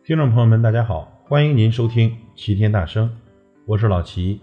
听众朋友们大家好，欢迎您收听齐天大圣，我是老齐。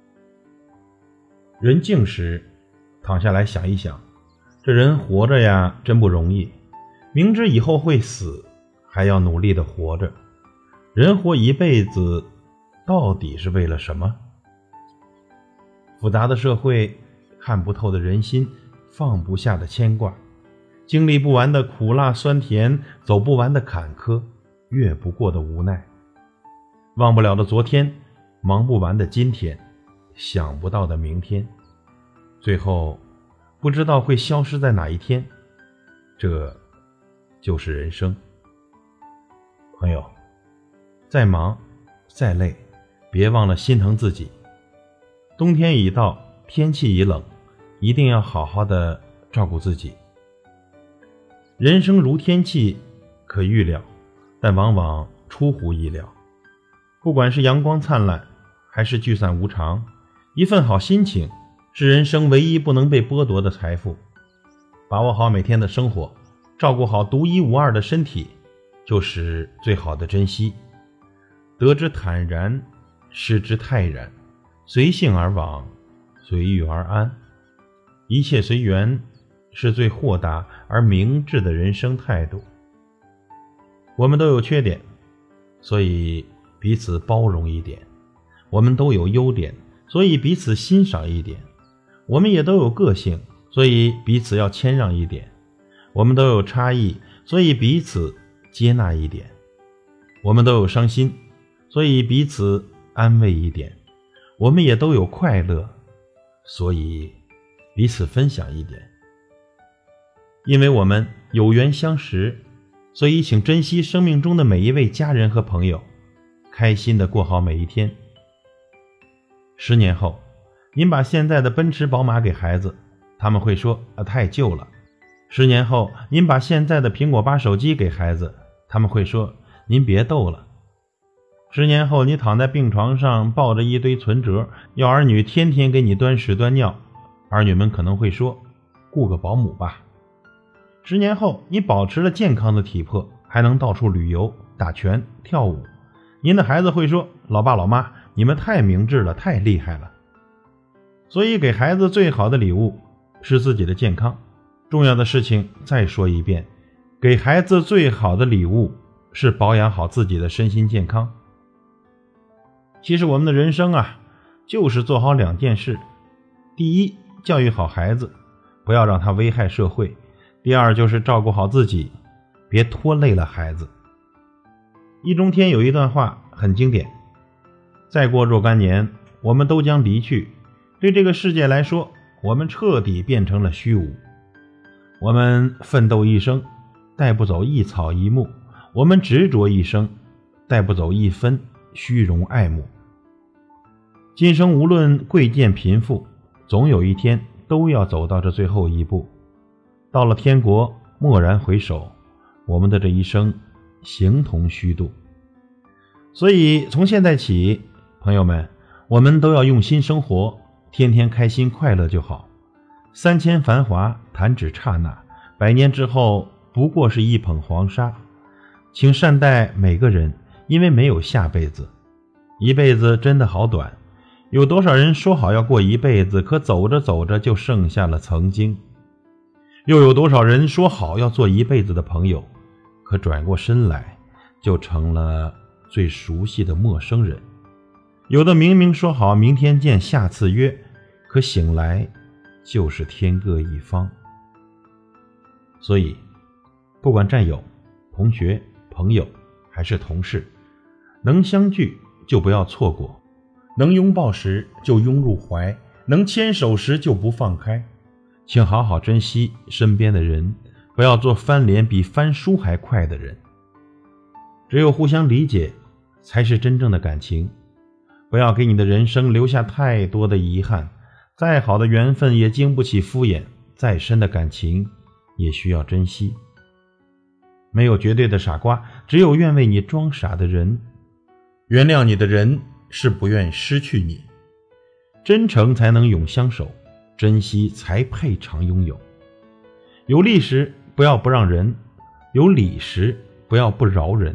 人静时躺下来想一想，这人活着呀真不容易，明知以后会死还要努力的活着，人活一辈子到底是为了什么？复杂的社会，看不透的人心，放不下的牵挂，经历不完的苦辣酸甜，走不完的坎坷，越不过的无奈，忘不了的昨天，忙不完的今天，想不到的明天，最后不知道会消失在哪一天，这就是人生。朋友，再忙再累，别忘了心疼自己。冬天已到，天气已冷，一定要好好的照顾自己。人生如天气，可预料，但往往出乎意料。不管是阳光灿烂，还是聚散无常，一份好心情是人生唯一不能被剥夺的财富。把握好每天的生活，照顾好独一无二的身体，就是最好的珍惜。得之坦然，失之泰然，随性而往，随遇而安，一切随缘，是最豁达而明智的人生态度。我们都有缺点，所以彼此包容一点；我们都有优点，所以彼此欣赏一点；我们也都有个性，所以彼此要谦让一点；我们都有差异，所以彼此接纳一点；我们都有伤心，所以彼此安慰一点；我们也都有快乐，所以彼此分享一点。因为我们有缘相识，所以请珍惜生命中的每一位家人和朋友，开心地过好每一天。10年后，您把现在的奔驰宝马给孩子，他们会说太旧了。10年后，您把现在的苹果8手机给孩子，他们会说您别逗了。10年后，你躺在病床上抱着一堆存折，要儿女天天给你端屎端尿，儿女们可能会说雇个保姆吧。10年后，你保持了健康的体魄，还能到处旅游、打拳、跳舞，您的孩子会说老爸老妈，你们太明智了，太厉害了。所以给孩子最好的礼物是自己的健康。重要的事情再说一遍，给孩子最好的礼物是保养好自己的身心健康。其实我们的人生就是做好2件事。第一，教育好孩子，不要让他危害社会。第二，就是照顾好自己，别拖累了孩子。易中天有一段话很经典，再过若干年，我们都将离去，对这个世界来说，我们彻底变成了虚无。我们奋斗一生，带不走一草一木；我们执着一生，带不走一分虚荣爱慕。今生无论贵贱贫富，总有一天都要走到这最后一步。到了天国，蓦然回首，我们的这一生形同虚度。所以从现在起，朋友们，我们都要用心生活，天天开心快乐就好。3000繁华弹指刹那，100年之后不过是一捧黄沙。请善待每个人，因为没有下辈子。一辈子真的好短，有多少人说好要过一辈子，可走着走着就剩下了曾经。又有多少人说好要做一辈子的朋友，可转过身来就成了最熟悉的陌生人。有的明明说好明天见下次约，可醒来就是天各一方。所以不管战友、同学、朋友还是同事，能相聚就不要错过，能拥抱时就拥入怀，能牵手时就不放开。请好好珍惜身边的人，不要做翻脸比翻书还快的人。只有互相理解，才是真正的感情。不要给你的人生留下太多的遗憾，再好的缘分也经不起敷衍，再深的感情也需要珍惜。没有绝对的傻瓜，只有愿为你装傻的人。原谅你的人是不愿失去你。真诚才能永相守，珍惜才配常拥有。有利时不要不让人，有理时不要不饶人，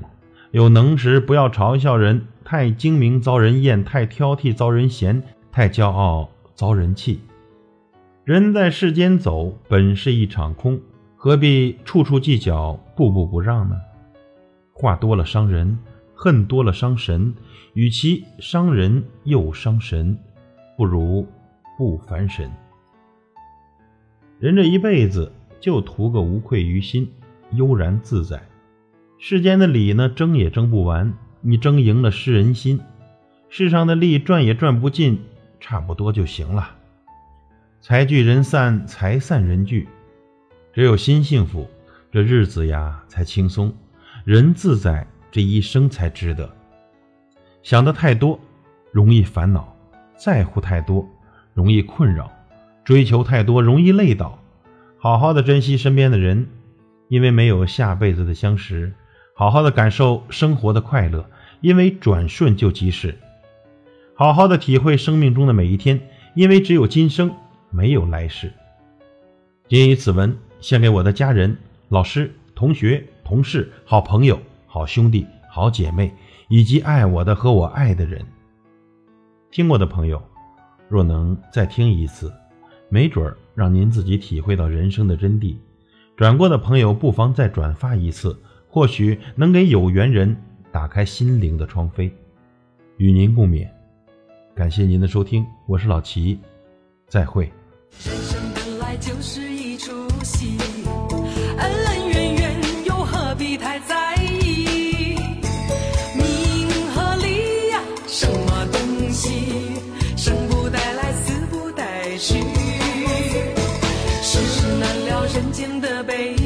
有能时不要嘲笑人，太精明遭人厌，太挑剔遭人嫌，太骄傲遭人气。人在世间走，本是一场空，何必处处计较，步步不让呢？话多了伤人，恨多了伤神，与其伤人又伤神，不如不烦神。人这一辈子就图个无愧于心，悠然自在。世间的理呢，争也争不完，你争赢了失人心；世上的利赚也赚不尽，差不多就行了。财聚人散，财散人聚，只有心幸福，这日子呀才轻松，人自在，这一生才值得。想得太多容易烦恼，在乎太多容易困扰，追求太多容易累倒。好好的珍惜身边的人，因为没有下辈子的相识；好好的感受生活的快乐，因为转瞬就即逝；好好的体会生命中的每一天，因为只有今生，没有来世。谨以此文献给我的家人、老师、同学、同事、好朋友、好兄弟、好姐妹，以及爱我的和我爱的人。听过的朋友，若能再听一次，没准让您自己体会到人生的真谛。转过的朋友不妨再转发一次，或许能给有缘人打开心灵的窗扉。与您共勉。感谢您的收听，我是老齐，再会。 人生本来就是一出戏，恩恩怨怨又何必太在意？名和利呀，什么东西？生不带来，死不带去。世事难料，人间的悲